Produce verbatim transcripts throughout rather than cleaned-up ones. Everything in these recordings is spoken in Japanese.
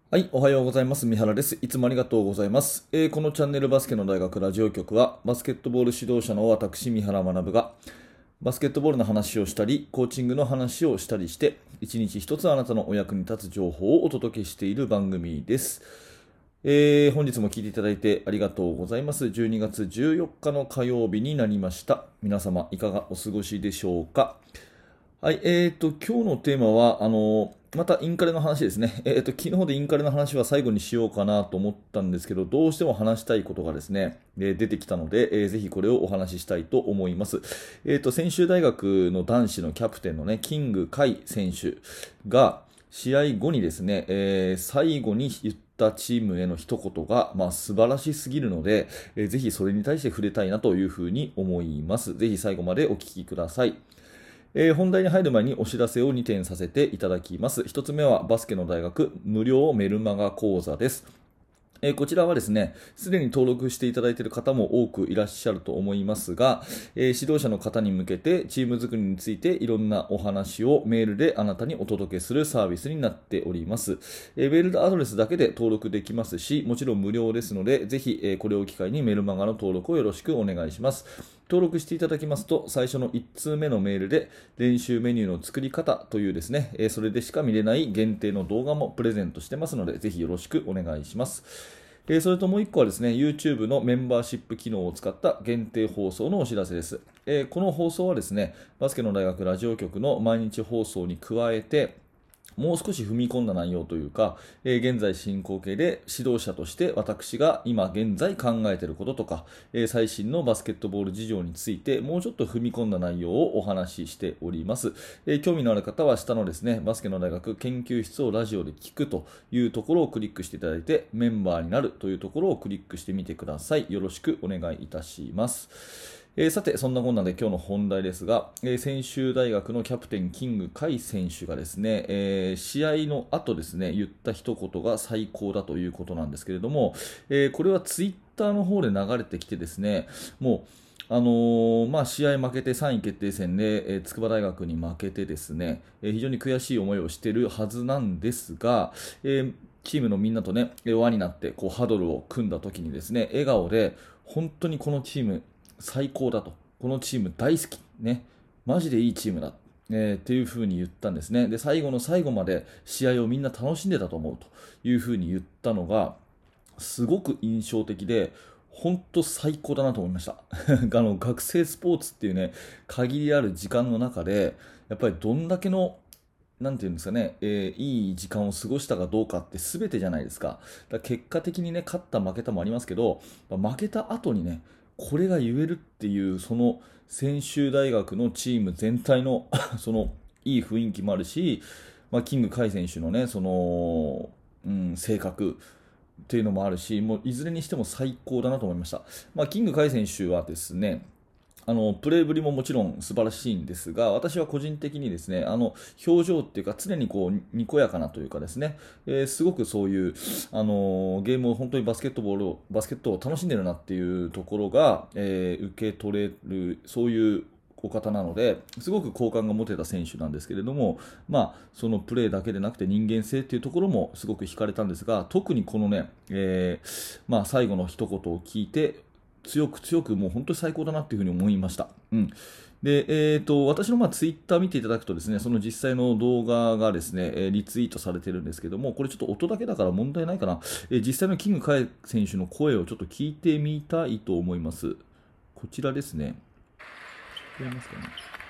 はい、おはようございます。三原です。いつもありがとうございます。えーこのチャンネルバスケの大学ラジオ局は、バスケットボール指導者の私、三原学が、バスケットボールの話をしたり、コーチングの話をしたりして、一日一つあなたのお役に立つ情報をお届けしている番組です。えー本日も聞いていただいてありがとうございます。じゅうにがつじゅうよっかの火曜日になりました。皆様、いかがお過ごしでしょうか。はい、えーと、今日のテーマは、あの、またインカレの話ですね。えーと、昨日でインカレの話は最後にしようかなと思ったんですけど、どうしても話したいことがですね、えー出てきたので、えーぜひこれをお話ししたいと思います。えーと、専修大学の男子のキャプテンのね、キングカイ選手が、試合後にですね、えー最後に言ったチームへの一言が、まあ、素晴らしすぎるので、えーぜひそれに対して触れたいなというふうに思います。ぜひ最後までお聞きください。えー本題に入る前にお知らせをにてんさせていただきます。ひとつめはバスケの大学無料メルマガ講座です。えーこちらはですね、すでに登録していただいている方も多くいらっしゃると思いますが、えー指導者の方に向けてチーム作りについていろんなお話をメールであなたにお届けするサービスになっております。えーメールアドレスだけで登録できますし、もちろん無料ですので、ぜひ、えーこれを機会にメルマガの登録をよろしくお願いします。登録していただきますと、最初のいち通目のメールで練習メニューの作り方というですね、えーそれでしか見れない限定の動画もプレゼントしてますので、ぜひよろしくお願いします。えーそれともういっこはですね、YouTube のメンバーシップ機能を使った限定放送のお知らせです。えーこの放送はですね、バスケの大学ラジオ局の毎日放送に加えて、もう少し踏み込んだ内容というか、えー現在進行形で指導者として私が今現在考えていることとか、えー最新のバスケットボール事情についてもうちょっと踏み込んだ内容をお話ししております。えー興味のある方は下のですね、バスケの大学研究室をラジオで聞くというところをクリックしていただいて、メンバーになるというところをクリックしてみてください。よろしくお願いいたします。えーさて、そんなこんなで今日の本題ですが、えー専修大学のキャプテン、キングカイ選手がですね、えー試合の後ですね、言った一言が最高だということなんですけれども、えーこれはツイッターの方で流れてきてですね、もう、あのーまあ、試合負けてさんい決定戦で、えー筑波大学に負けてですね、えー非常に悔しい思いをしているはずなんですが、えーチームのみんなとね、輪になってこうハドルを組んだ時にですね、笑顔で、本当にこのチーム最高だと、このチーム大好き、ね、マジでいいチームだ、えーっていうふうに言ったんですね。で、最後の最後まで試合をみんな楽しんでたと思うというふうに言ったのが、すごく印象的で、本当最高だなと思いました。あの学生スポーツっていうね、限りある時間の中で、やっぱりどんだけのなんていうんですかね、えーいい時間を過ごしたかどうかって全てじゃないですか。だから結果的にね、勝った負けたもありますけど、まあ負けた後にね、これが言えるっていう、その専修大学のチーム全体のそのいい雰囲気もあるし、まあ、キング・カイ選手のね、その、うん、性格っていうのもあるし、もういずれにしても最高だなと思いました。まあ、キング・カイ選手はですね、あのプレーぶりももちろん素晴らしいんですが、私は個人的にですね、あの表情っていうか、常にこうにこやかなというかですね、えーすごくそういう、あのーゲームを本当にバスケットボールを、バスケットを楽しんでるなっていうところが、えー受け取れる、そういうお方なので、すごく好感が持てた選手なんですけれども、まあ、そのプレーだけでなくて人間性っていうところもすごく惹かれたんですが、特にこのね、えーまあ、最後の一言を聞いて、強く強くもう本当に最高だなっていうふうに思いました。うん。で、えーと、私のまあツイッター見ていただくとですね、その実際の動画がですね、えーリツイートされてるんですけども、これちょっと音だけだから問題ないかな。えー実際のキングカイ選手の声をちょっと聞いてみたいと思います。こちらですね。聞こえますかね。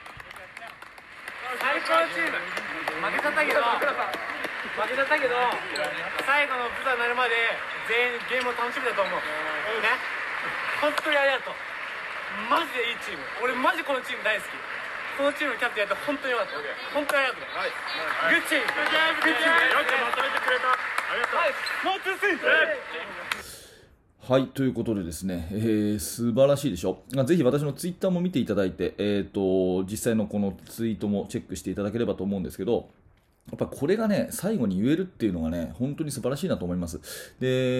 最高チーム負けちゃったけど負けちゃったけど最後のブザー鳴るまで全員ゲームを楽しみだと思うね。本当にありがとう。マジでいいチーム。俺マジこのチーム大好き。このチームのキャプテンやって本当によかった。本当にありがとう。グッチームグッチームよくまとめてくれた。ありがとう。ワンツースリー。 はい、ということでですね、えー素晴らしいでしょ。まあぜひ私のツイッターも見ていただいて、えーと、実際のこのツイートもチェックしていただければと思うんですけど、やっぱこれがね、最後に言えるっていうのがね、本当に素晴らしいなと思います。で、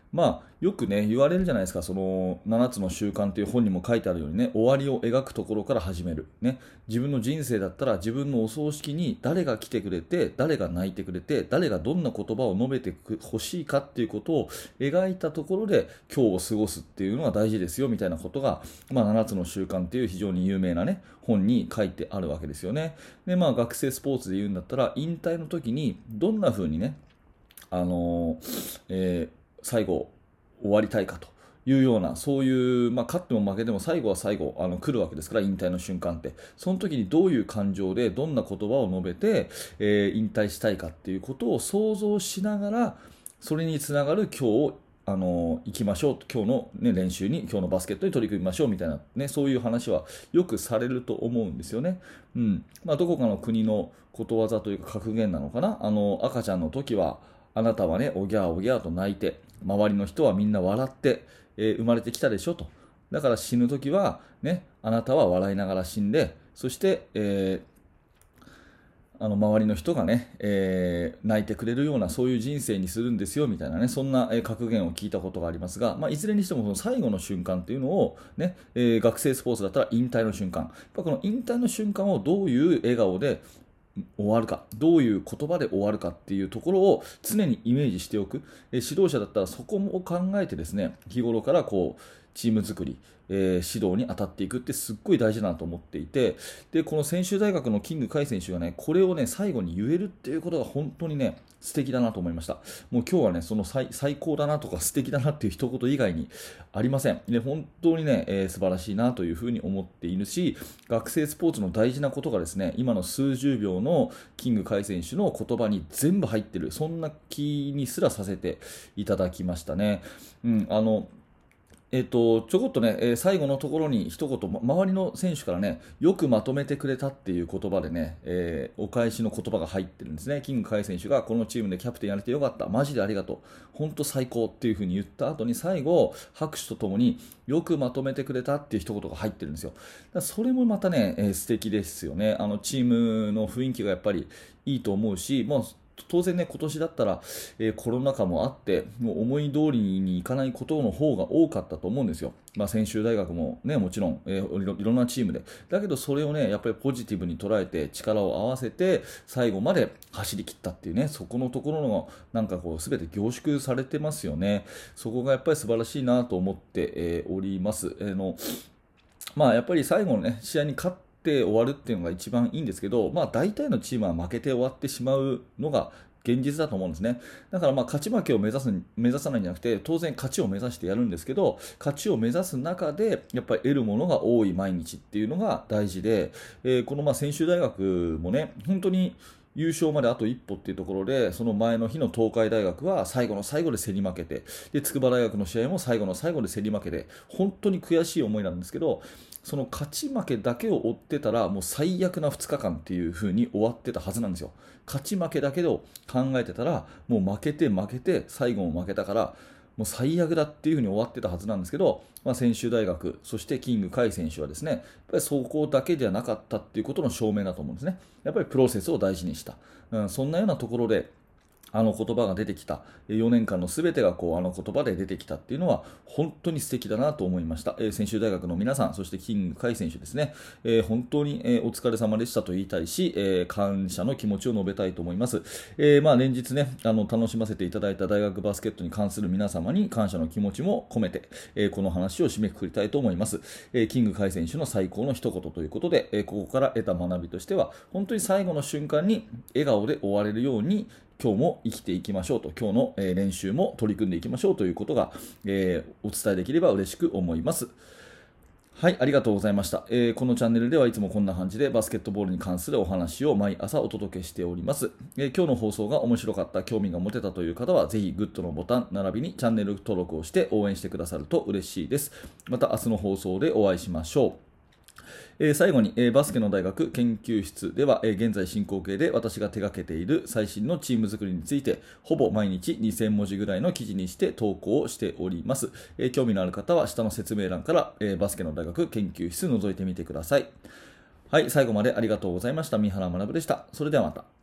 まあ、よくね、言われるじゃないですか、そのななつの習慣という本にも書いてあるようにね、終わりを描くところから始める。ね、自分の人生だったら、自分のお葬式に誰が来てくれて、誰が泣いてくれて、誰がどんな言葉を述べてほしいかっていうことを描いたところで、今日を過ごすっていうのが大事ですよ、みたいなことが、まあ、ななつの習慣っていう非常に有名なね、本に書いてあるわけですよね。で、まあ、学生スポーツで言うんだったら、引退の時に、どんな風にね、あのーえー最後終わりたいかというような、そういう、まあ、勝っても負けても最後は最後あの来るわけですから、引退の瞬間って。その時にどういう感情でどんな言葉を述べて、えー引退したいかっていうことを想像しながら、それにつながる今日をあの行きましょうと、今日の、ね、練習に、今日のバスケットに取り組みましょうみたいな、ね、そういう話はよくされると思うんですよね。うんまあ、どこかの国のことわざというか格言なのかな。あの赤ちゃんの時はあなたはね、おぎゃーおぎゃーと泣いて、周りの人はみんな笑って、えー生まれてきたでしょと。だから死ぬ時は、ね、あなたは笑いながら死んで、そして、えーあの周りの人がね、えー泣いてくれるようなそういう人生にするんですよみたいなね、そんなえー格言を聞いたことがありますが、まあ、いずれにしてもその最後の瞬間っていうのを、ねえー学生スポーツだったら引退の瞬間、やっぱこの引退の瞬間をどういう笑顔で終わるか、どういう言葉で終わるかっていうところを常にイメージしておく。えー指導者だったらそこも考えてですね、日頃からこうチーム作り、えー指導に当たっていくってすっごい大事だなと思っていて、でこの専修大学のキング海選手がね、これをね最後に言えるっていうことが本当にね素敵だなと思いました。もう今日はね、その最最高だなとか素敵だなっていう一言以外にありません。で本当にね、えー素晴らしいなというふうに思っているし、学生スポーツの大事なことがですね、今の数十秒のキング海選手の言葉に全部入ってる、そんな気にすらさせていただきましたね。うん、あのえっと、ちょこっとね、えー最後のところに一言、ま周りの選手からね、よくまとめてくれたっていう言葉でね、えーお返しの言葉が入ってるんですね。キング・カイ選手がこのチームでキャプテンやれてよかった、マジでありがとう、本当最高っていう風に言った後に最後、拍手とともによくまとめてくれたっていう一言が入ってるんですよ。だからそれもまたね、えー素敵ですよね。あのチームの雰囲気がやっぱりいいと思うし、もう当然ね、今年だったら、えーコロナ禍もあって、もう思い通りにいかないことの方が多かったと思うんですよ。まあ、専修大学もね、もちろん、えーいろいろんなチームで。だけど、それをね、やっぱりポジティブに捉えて、力を合わせて、最後まで走り切ったっていうね、そこのところの、なんかこう、すべて凝縮されてますよね。そこがやっぱり素晴らしいなと思って、えーおります。えーのまあ、やっぱり最後の、ね、試合に勝って終わるっていうのが一番いいんですけど、まあ、大体のチームは負けて終わってしまうのが現実だと思うんですね。だからまあ勝ち負けを目指す目指さないんじゃなくて、当然勝ちを目指してやるんですけど、勝ちを目指す中でやっぱり得るものが多い毎日っていうのが大事で、えーこのまあ専修大学もね、本当に優勝まであと一歩っていうところで、その前の日の東海大学は最後の最後で競り負けて、で筑波大学の試合も最後の最後で競り負けて、本当に悔しい思いなんですけど、その勝ち負けだけを追ってたら、もう最悪なふつかかんっていう風に終わってたはずなんですよ。勝ち負けだけを考えてたら、もう負けて負けて、最後も負けたから、もう最悪だっていう風に終わってたはずなんですけど、まあ、専修大学、そしてキング・カイ選手はですね、やっぱりそこだけではなかったっていうことの証明だと思うんですね。やっぱりプロセスを大事にした。うん、そんなようなところで、あの言葉が出てきた、よねんかんのすべてがこうあの言葉で出てきたっていうのは本当に素敵だなと思いました。えー、専修大学の皆さん、そしてキング・カイ選手ですね、えー本当に、えーお疲れ様でしたと言いたいし、えー感謝の気持ちを述べたいと思います。えーまあ、連日ね、あの楽しませていただいた大学バスケットに関する皆様に感謝の気持ちも込めて、えーこの話を締めくくりたいと思います。えーキング・カイ選手の最高の一言ということで、えーここから得た学びとしては、本当に最後の瞬間に笑顔で終われるように今日も生きていきましょうと、今日の、えー練習も取り組んでいきましょうということが、えーお伝えできれば嬉しく思います。はい、ありがとうございました、えーこのチャンネルではいつもこんな感じでバスケットボールに関するお話を毎朝お届けしております。えー今日の放送が面白かった、興味が持てたという方はぜひグッドのボタン並びにチャンネル登録をして応援してくださると嬉しいです。また明日の放送でお会いしましょう。えー最後に、えーバスケの大学研究室では、えー現在進行形で私が手掛けている最新のチーム作りについてほぼ毎日にせんもじぐらいの記事にして投稿をしております。えー興味のある方は下の説明欄から、えーバスケの大学研究室覗いてみてください。はい、最後までありがとうございました。三原学でした。それではまた。